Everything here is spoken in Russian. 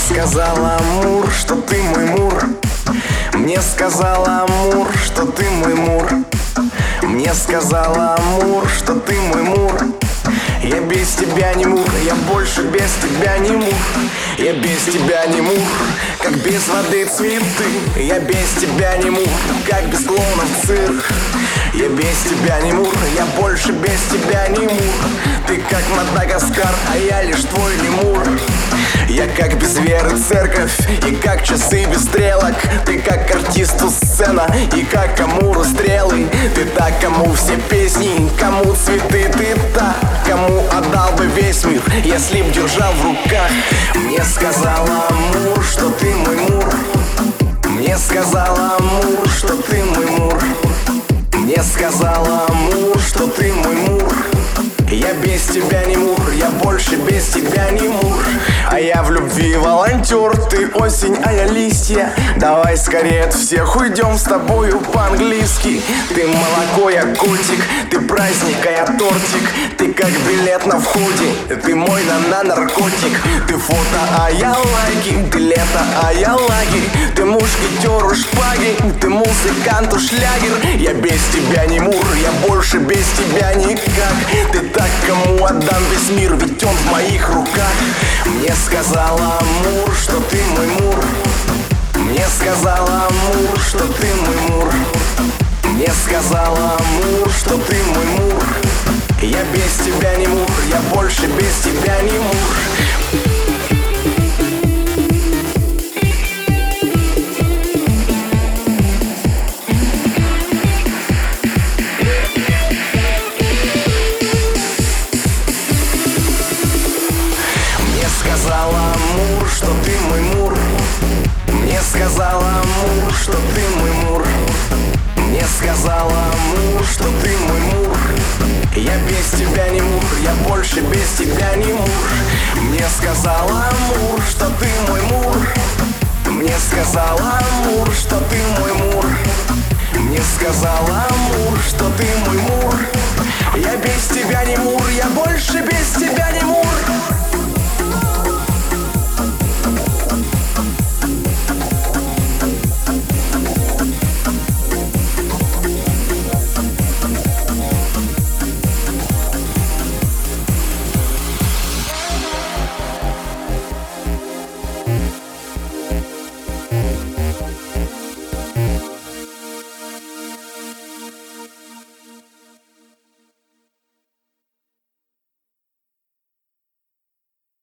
сказал Амур, что ты мой Мур. Мне сказал Амур, что ты мой Мур. Мне сказал Амур, что ты мой Мур. Я без тебя не Мур, я больше без тебя не Мур. Я без тебя не Мур, как без воды цветы. Я без тебя не Мур, как без клоунов цирк. Я без тебя не Мур, я больше без тебя не Мур. Ты как Мадагаскар, а я лишь твой лемур. Я как без веры церковь, и как часы без стрелок. Ты как артисту сцена, и как Амуру стрелы. Ты так, кому все песни, кому цветы. Ты так, кому отдал бы весь мир, если б держал в руках. Мне сказал Амур, что ты мой Мур. Мне сказал Амур, что ты мой Мур. Мне сказал Амур, что ты мой Мур. Я без тебя не Мур, я больше без тебя не Мур. А я в любви волонтер, ты осень, а я листья. Давай скорее от всех уйдем с тобою по-английски. Ты молоко, я котик, ты праздник, а я тортик. Ты как билет на входе, ты мой на наркотик. Ты фото, а я лайки, ты лето, а я лагерь. Ты мушкетер у шпаги, ты музыкант у шлягер. Я без тебя не Мур, я больше без тебя никак. Ты так, кому отдам весь мир, ведь он в моих руках. Мне сказал Амур, что ты мой Мур. Мне сказал Амур, что ты мой Мур. Мне сказал Амур, что ты мой Мур. Я без тебя не Мур, я больше без тебя не Мур. Сказал Амур, что ты мой Мур. Мне сказал Амур, что ты мой Мур. Мне сказал Амур, что ты мой Мур. Я без тебя не Мур, я больше без тебя не Мур. Мне сказал Амур, что ты мой Мур. Мне сказал Амур, что ты мой Мур. Мне сказал Амур, что ты мой Мур. Я без тебя не Мур, я больше без тебя не Мур.